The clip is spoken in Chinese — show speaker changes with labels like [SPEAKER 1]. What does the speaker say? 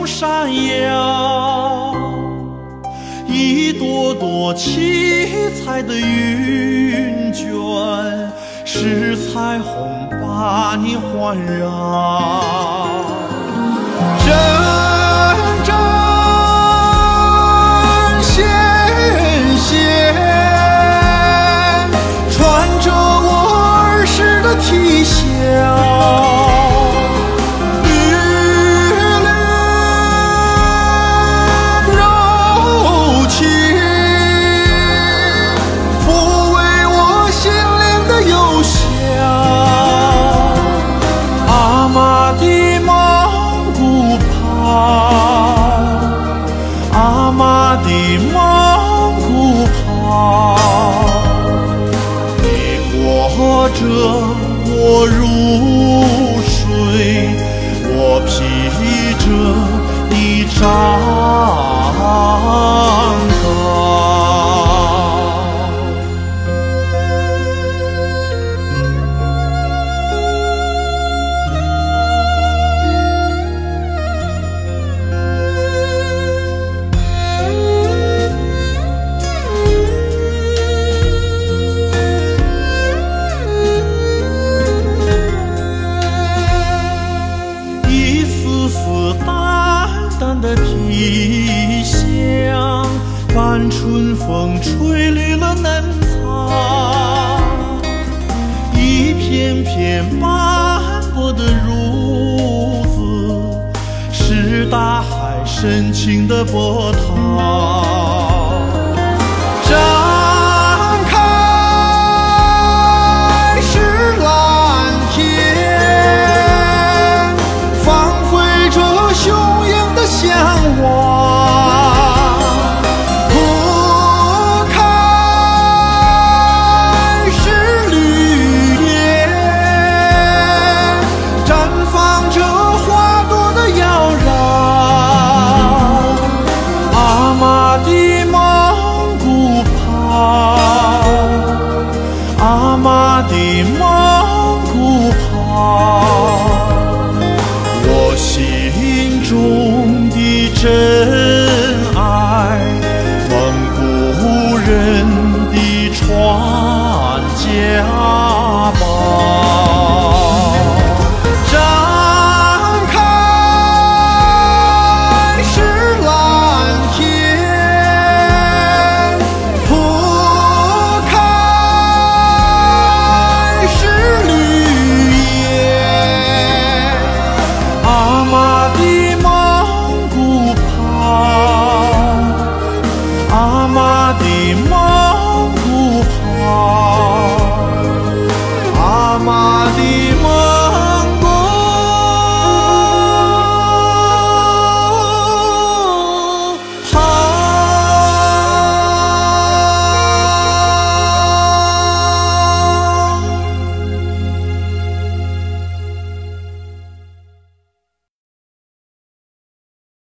[SPEAKER 1] 中闪耀，一朵朵七彩的云卷，使彩虹把你环绕。阵阵纤纤，穿着我儿时的体香。阿玛的蒙古袍，你裹着我入水，我披着你长高。淡的体香，伴春风吹绿了嫩草，一片片斑驳的褥子，是大海深情的波涛。张开是蓝天，放飞着雄向往，铺开是绿叶，绽放着花朵的妖娆。阿玛的蒙古袍，阿玛的蒙古袍，我心中的真